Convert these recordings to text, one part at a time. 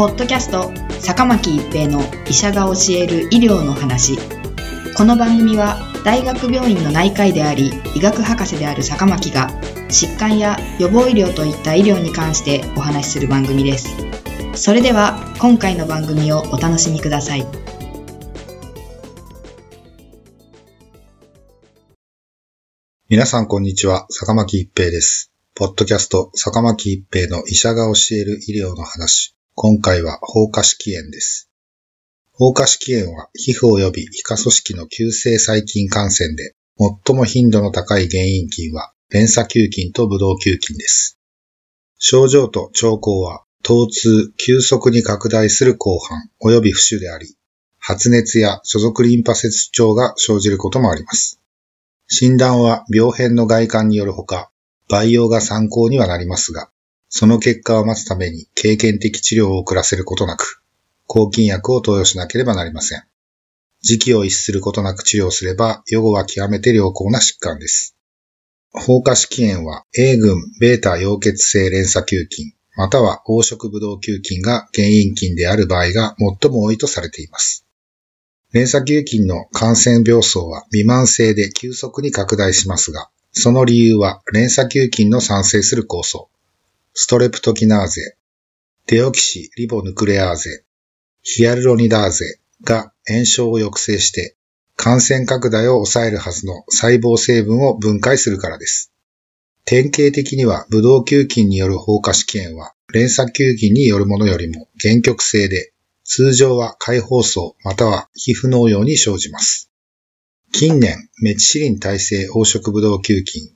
ポッドキャスト坂巻一平の医者が教える医療の話。この番組は大学病院の内科医であり医学博士である坂巻が疾患や予防医療といった医療に関してお話しする番組です。それでは今回の番組をお楽しみください。 皆さんこんにちは、坂巻一平です。ポッドキャスト坂巻一平の医者が教える医療の話。今回は放火式炎です。放火式炎は皮膚及び皮下組織の急性細菌感染で、最も頻度の高い原因菌は連鎖球菌とブドウ球菌です。症状と兆候は疼痛、急速に拡大する紅斑及び浮腫であり、発熱や所属リンパ節症が生じることもあります。診断は病変の外観によるほか、培養が参考にはなりますが、その結果を待つために経験的治療を遅らせることなく、抗菌薬を投与しなければなりません。時期を逸することなく治療すれば、予後は極めて良好な疾患です。放火式炎は A 群ベータ溶血性連鎖球菌、または黄色ブドウ球菌が原因菌である場合が最も多いとされています。連鎖球菌の感染病巣は未満性で急速に拡大しますが、その理由は連鎖球菌の産生する酵素、ストレプトキナーゼ、デオキシリボヌクレアーゼ、ヒアルロニダーゼが炎症を抑制して感染拡大を抑えるはずの細胞成分を分解するからです。典型的にはブドウ球菌による放火式炎は連鎖球菌によるものよりも限局性で、通常は開放層または皮膚膿瘍に生じます。近年、メチシリン耐性黄色ブドウ球菌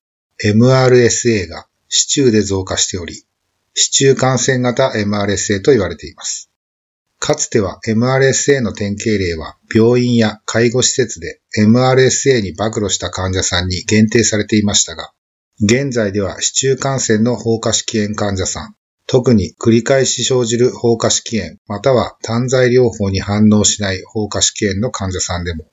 MRSA が市中で増加しており、市中感染型 MRSA と言われています。かつては MRSA の典型例は病院や介護施設で MRSA に暴露した患者さんに限定されていましたが、現在では市中感染の放火式炎患者さん、特に繰り返し生じる放火式炎または単剤療法に反応しない放火式炎の患者さんでも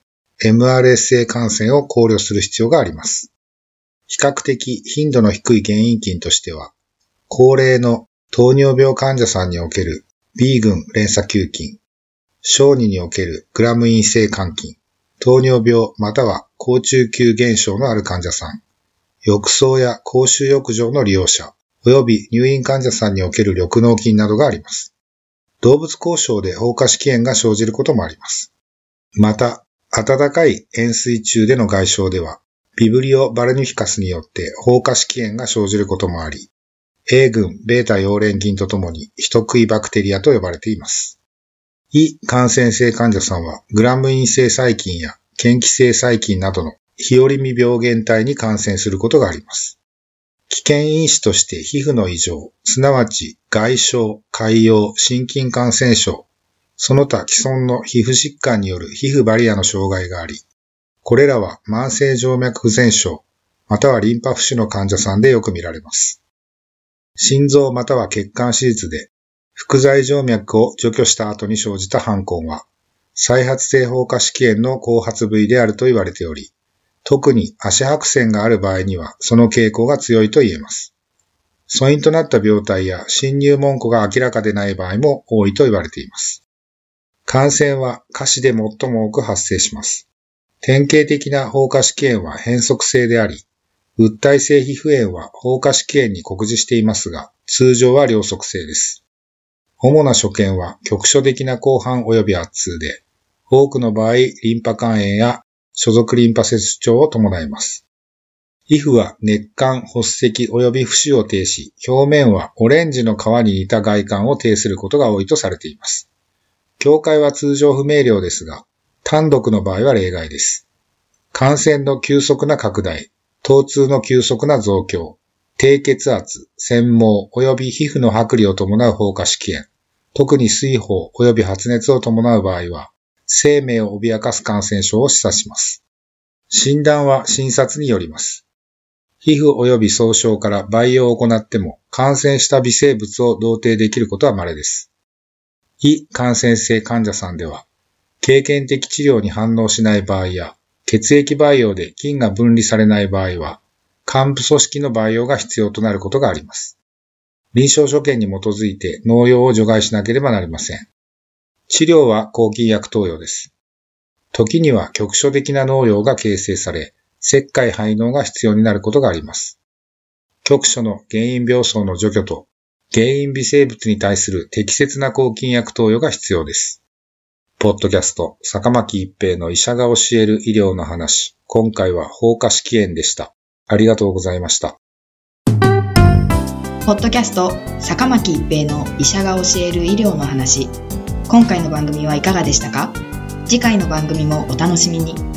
MRSA 感染を考慮する必要があります。比較的頻度の低い原因菌としては、高齢の糖尿病患者さんにおける B 群連鎖球菌、小児におけるグラム陰性肝菌、糖尿病または高中級減少のある患者さん、浴槽や公衆浴場の利用者、および入院患者さんにおける緑膿菌などがあります。動物交渉で放火式炎が生じることもあります。また、暖かい塩水中での外傷では、ビブリオバルニフィカスによって放火式炎が生じることもあり、A 群ベータ溶連菌とともに人食いバクテリアと呼ばれています。非感染性患者さんはグラム陰性細菌や嫌気性細菌などの日和見病原体に感染することがあります。危険因子として皮膚の異常、すなわち外傷、潰瘍、心筋感染症、その他既存の皮膚疾患による皮膚バリアの障害があり、これらは慢性静脈不全症、またはリンパ浮腫の患者さんでよく見られます。心臓または血管手術で副在静脈を除去した後に生じた斑痕は、再発性放火式炎の後発部位であると言われており、特に足白癬がある場合にはその傾向が強いと言えます。素因となった病態や侵入文句が明らかでない場合も多いと言われています。感染は下肢で最も多く発生します。典型的な放火式炎は変則性であり、物体性皮膚炎は放火式炎に酷似していますが、通常は両側性です。主な所見は局所的な広範及び圧痛で、多くの場合リンパ管炎や所属リンパ節症を伴います。皮膚は熱感、発赤及び浮腫を呈し、表面はオレンジの皮に似た外観を呈することが多いとされています。境界は通常不明瞭ですが、単独の場合は例外です。感染の急速な拡大、疼痛の急速な増強、低血圧、皴毛及び皮膚の剥離を伴う放火式炎、特に水疱及び発熱を伴う場合は、生命を脅かす感染症を示唆します。診断は診察によります。皮膚及び創傷から培養を行っても感染した微生物を同定できることは稀です。非感染性患者さんでは、経験的治療に反応しない場合や、血液培養で菌が分離されない場合は、幹部組織の培養が必要となることがあります。 臨床所見に基づいて農薬を除外しなければなりません。治療は抗菌薬投与です。時には局所的な農薬が形成され、石灰排農が必要になることがあります。局所の原因病巣の除去と原因微生物に対する適切な抗菌薬投与が必要です。ポッドキャスト、坂巻一平の医者が教える医療の話。今回は放火式炎でした。ありがとうございました。 ポッドキャスト、坂巻一平の医者が教える医療の話。今回の番組はいかがでしたか？次回の番組もお楽しみに。